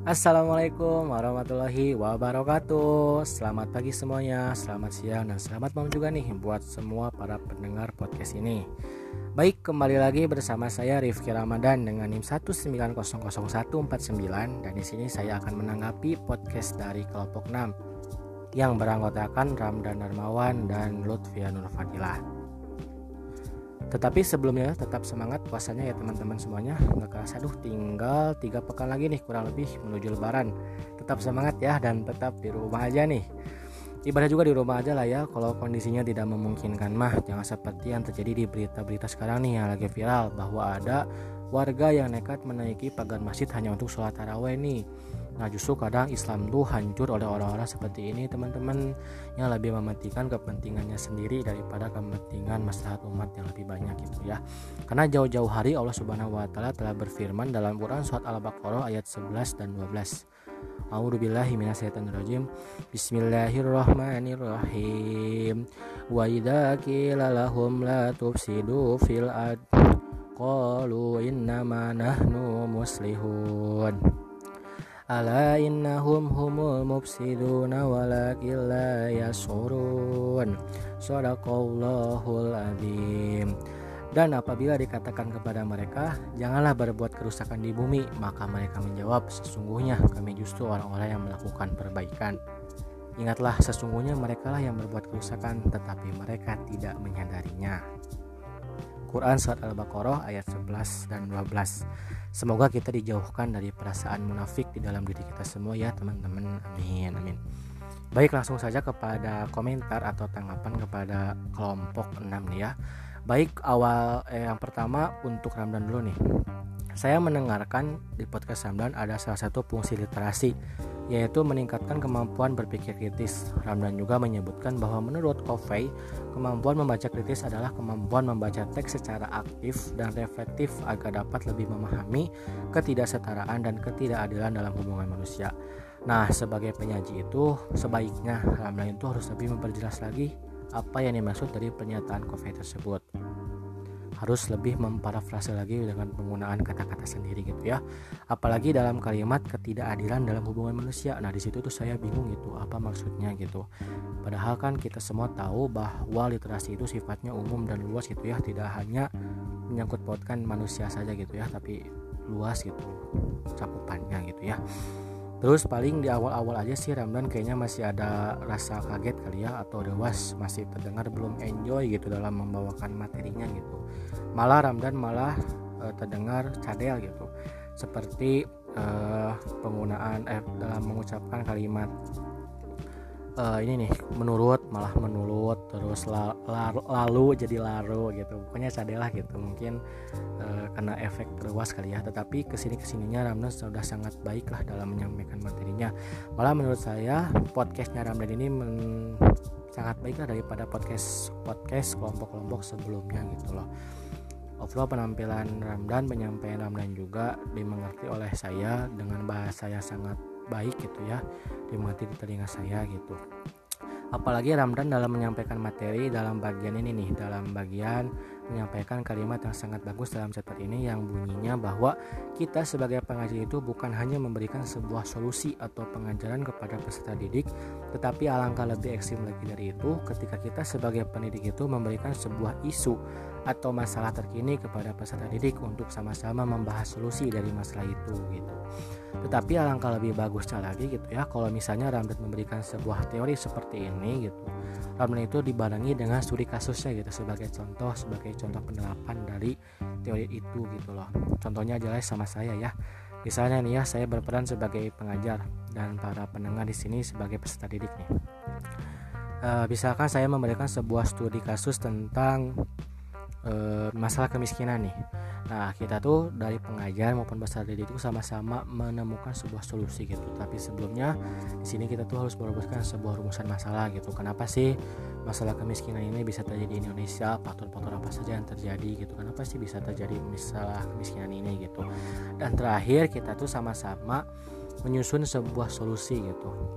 Assalamualaikum warahmatullahi wabarakatuh. Selamat pagi semuanya, selamat siang, dan selamat malam juga nih buat semua para pendengar podcast ini. Baik, kembali lagi bersama saya Rifki Ramadan dengan NIM 1900149, dan di sini saya akan menanggapi podcast dari kelompok 6 yang beranggotakan Ramdan Darmawan dan Lutfia Nurfadilah. Tetapi sebelumnya tetap semangat puasanya ya teman-teman semuanya. Gak kerasa tinggal 3 pekan lagi nih kurang lebih menuju lebaran. Tetap semangat ya dan tetap di rumah aja nih. Ibadah juga di rumah aja lah ya. Kalau kondisinya tidak memungkinkan mah jangan seperti yang terjadi di berita-berita sekarang nih yang lagi viral, bahwa ada warga yang nekat menaiki pagar masjid hanya untuk sholat tarawih nih. Nah, justru kadang Islam tuh hancur oleh orang-orang seperti ini teman-teman, yang lebih mementingkan kepentingannya sendiri daripada kepentingan maslahat umat yang lebih banyak gitu ya. Karena jauh-jauh hari Allah Subhanahu wa taala telah berfirman dalam Quran surat Al-Baqarah ayat 11 dan 12. A'udzubillahi minasyaitonirrajim. Bismillahirrahmanirrahim. Wa idza qila lahum la tufsidu fil ard qalu innama nahnu muslihun. Ala innahum humul mufsiduna walakin la yashurun. Shadaqallahul adzim. Dan apabila dikatakan kepada mereka, janganlah berbuat kerusakan di bumi, maka mereka menjawab, sesungguhnya kami justru orang-orang yang melakukan perbaikan. Ingatlah, sesungguhnya merekalah yang berbuat kerusakan, tetapi mereka tidak menyadarinya. Quran surat Al-Baqarah ayat 11 dan 12. Semoga kita dijauhkan dari perasaan munafik di dalam diri kita semua ya teman-teman. Amin, amin. Baik, langsung saja kepada komentar atau tanggapan kepada kelompok 6 nih ya. Baik, yang pertama untuk Ramdan dulu nih. Saya mendengarkan di podcast Ramdan ada salah satu fungsi literasi, yaitu meningkatkan kemampuan berpikir kritis. Ramdan juga menyebutkan bahwa menurut Covey, kemampuan membaca kritis adalah kemampuan membaca teks secara aktif dan reflektif agar dapat lebih memahami ketidaksetaraan dan ketidakadilan dalam hubungan manusia. Nah, sebagai penyaji itu, sebaiknya Ramdan itu harus lebih memperjelas lagi apa yang dimaksud dari pernyataan Covey tersebut. Harus lebih memparafrase lagi dengan penggunaan kata-kata sendiri gitu ya. Apalagi dalam kalimat ketidakadilan dalam hubungan manusia. Nah, di situ tuh saya bingung gitu, apa maksudnya gitu. Padahal kan kita semua tahu bahwa literasi itu sifatnya umum dan luas gitu ya, tidak hanya menyangkut pautkan manusia saja gitu ya, tapi luas gitu cakupannya gitu ya. Terus paling di awal-awal aja sih Ramdan kayaknya masih ada rasa kaget kali ya, atau dewas, masih terdengar belum enjoy gitu dalam membawakan materinya gitu. Malah Ramdan terdengar cadel gitu, seperti penggunaan dalam mengucapkan kalimat ini nih, menurut malah menulut, terus lalu jadi laru gitu. Pokoknya cadelah gitu, mungkin kena efek terluas kali ya. Tetapi kesininya Ramdan sudah sangat baik lah dalam menyampaikan materinya. Malah menurut saya podcastnya Ramdan ini sangat baik lah daripada podcast kelompok-kelompok sebelumnya gitu loh. Overall penampilan Ramdan, penyampaian Ramdan juga dimengerti oleh saya dengan bahasa yang sangat baik gitu ya, dimengerti di telinga saya gitu. Apalagi Ramdan dalam menyampaikan materi dalam bagian ini nih, dalam bagian menyampaikan kalimat yang sangat bagus dalam chapter ini, yang bunyinya bahwa kita sebagai pengajar itu bukan hanya memberikan sebuah solusi atau pengajaran kepada peserta didik, tetapi alangkah lebih ekstrim lagi dari itu ketika kita sebagai pendidik itu memberikan sebuah isu atau masalah terkini kepada peserta didik untuk sama-sama membahas solusi dari masalah itu gitu. Tetapi alangkah lebih bagusnya lagi gitu ya, kalau misalnya Ramdan memberikan sebuah teori seperti ini gitu, Ramdan itu dibarengi dengan studi kasusnya gitu sebagai contoh penerapan dari teori itu gitu loh. Contohnya adalah sama saya ya. Misalnya nih ya, saya berperan sebagai pengajar dan para pendengar di sini sebagai peserta didik nih. Misalkan saya memberikan sebuah studi kasus tentang masalah kemiskinan nih. Nah, kita tuh dari pengajar maupun peserta didik itu sama-sama menemukan sebuah solusi gitu. Tapi sebelumnya di sini kita tuh harus merumuskan sebuah rumusan masalah gitu. Kenapa sih masalah kemiskinan ini bisa terjadi di Indonesia? Faktor-faktor apa saja yang terjadi gitu? Kenapa sih bisa terjadi masalah kemiskinan ini gitu? Dan terakhir kita tuh sama-sama menyusun sebuah solusi gitu.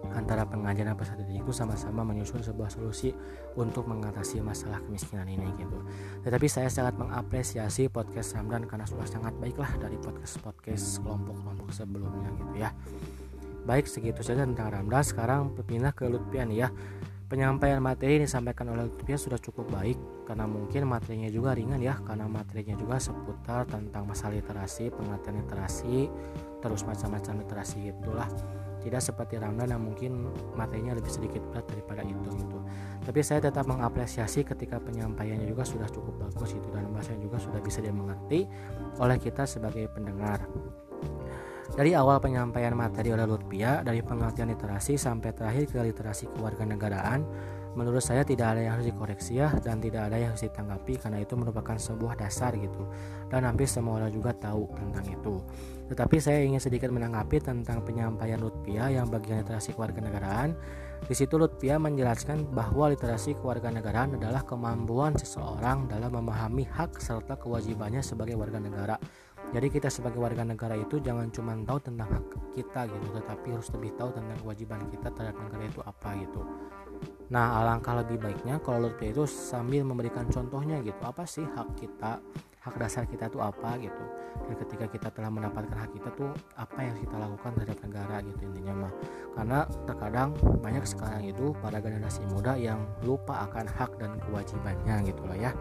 antara pengajar dan peserta didik itu sama-sama menyusun sebuah solusi untuk mengatasi masalah kemiskinan ini gitu. Tetapi saya sangat mengapresiasi podcast Ramdan karena sudah sangat baiklah dari podcast kelompok-kelompok sebelumnya gitu ya. Baik, segitu saja tentang Ramdan. Sekarang pindah ke Lutfian ya. Penyampaian materi yang disampaikan oleh Lutfian sudah cukup baik karena mungkin materinya juga ringan ya, karena materinya juga seputar tentang masalah literasi, pengertian literasi, terus macam-macam literasi itulah. Tidak seperti Ramdan yang mungkin materinya lebih sedikit berat daripada itu gitu. Tapi saya tetap mengapresiasi ketika penyampaiannya juga sudah cukup bagus gitu, dan bahasanya juga sudah bisa dimengerti oleh kita sebagai pendengar. Dari awal penyampaian materi oleh Lutfia, dari pengertian literasi sampai terakhir ke literasi kewarganegaraan, menurut saya tidak ada yang harus dikoreksi ya, dan tidak ada yang harus ditanggapi karena itu merupakan sebuah dasar gitu, dan hampir semua orang juga tahu tentang itu. Tetapi saya ingin sedikit menanggapi tentang penyampaian Lutfia yang bagian literasi kewarganegaraan. Di situ Lutfia menjelaskan bahwa literasi kewarganegaraan adalah kemampuan seseorang dalam memahami hak serta kewajibannya sebagai warga negara. Jadi kita sebagai warga negara itu jangan cuma tahu tentang hak kita gitu, tetapi harus lebih tahu tentang kewajiban kita terhadap negara itu apa gitu. Nah, alangkah lebih baiknya kalau Lutfi itu sambil memberikan contohnya gitu, apa sih hak kita, hak dasar kita itu apa gitu. Dan ketika kita telah mendapatkan hak kita tuh apa yang kita lakukan terhadap negara gitu intinya mah. Karena terkadang banyak sekarang itu pada generasi muda yang lupa akan hak dan kewajibannya gitu loh ya.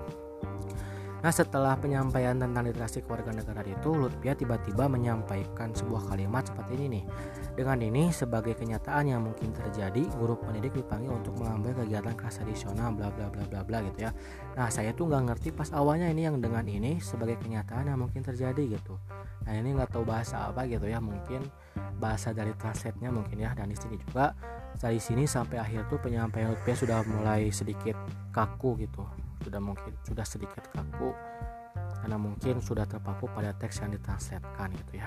Nah, setelah penyampaian tentang literasi kewarganegaraan itu, Lutfia tiba-tiba menyampaikan sebuah kalimat seperti ini nih. Dengan ini, sebagai kenyataan yang mungkin terjadi, guru pendidik dipanggil untuk mengambil kegiatan kelas adisional bla bla bla bla bla gitu ya. Nah, saya tuh nggak ngerti pas awalnya ini yang dengan ini sebagai kenyataan yang mungkin terjadi gitu. Nah, ini nggak tahu bahasa apa gitu ya, mungkin bahasa dari translate-nya mungkin ya. Dan di sini juga dari sini sampai akhir tuh penyampaian Lutfia sudah mulai sedikit kaku gitu. Sudah sedikit kaku karena mungkin sudah terpaku pada teks yang ditranslatekan gitu ya.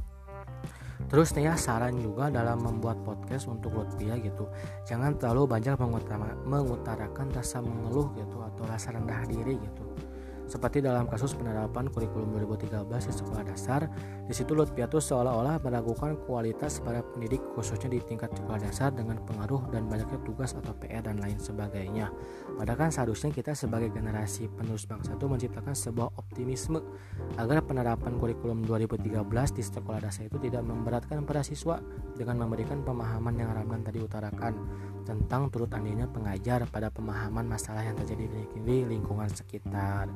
Terus nih ya, saran juga dalam membuat podcast untuk Lutfia gitu, jangan terlalu banyak mengutarakan rasa mengeluh gitu atau rasa rendah diri gitu. Seperti dalam kasus penerapan kurikulum 2013 di sekolah dasar, di situ Lutfia tuh seolah-olah meragukan kualitas para pendidik khususnya di tingkat sekolah dasar dengan pengaruh dan banyaknya tugas atau PR dan lain sebagainya. Padahal kan seharusnya kita sebagai generasi penerus bangsa itu menciptakan sebuah optimisme agar penerapan kurikulum 2013 di sekolah dasar itu tidak memberatkan para siswa dengan memberikan pemahaman yang Ramdan tadi utarakan tentang turut andilnya pengajar pada pemahaman masalah yang terjadi di lingkungan sekitar.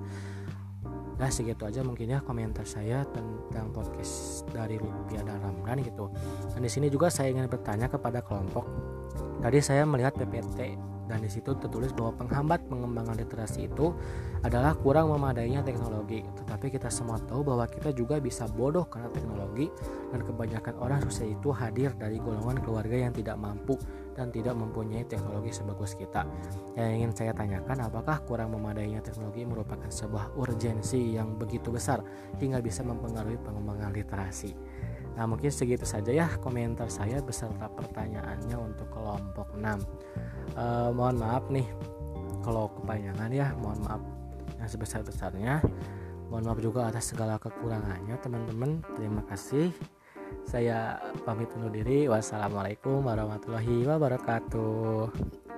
Nah, segitu aja mungkin ya komentar saya tentang podcast dari Lutfia dan Ramdan gitu. Dan di sini juga saya ingin bertanya kepada kelompok. Tadi saya melihat PPT dan di situ tertulis bahwa penghambat pengembangan literasi itu adalah kurang memadainya teknologi. Tetapi kita semua tahu bahwa kita juga bisa bodoh karena teknologi, dan kebanyakan orang sukses itu hadir dari golongan keluarga yang tidak mampu dan tidak mempunyai teknologi sebagus kita. Yang ingin saya tanyakan, apakah kurang memadainya teknologi merupakan sebuah urgensi yang begitu besar hingga bisa mempengaruhi pengembangan literasi? Nah, mungkin segitu saja ya komentar saya beserta pertanyaannya untuk kelompok 6. Mohon maaf nih kalau kepanjangan ya, mohon maaf yang sebesar-besarnya. Mohon maaf juga atas segala kekurangannya teman-teman. Terima kasih. Saya pamit undur diri. Wassalamualaikum warahmatullahi wabarakatuh.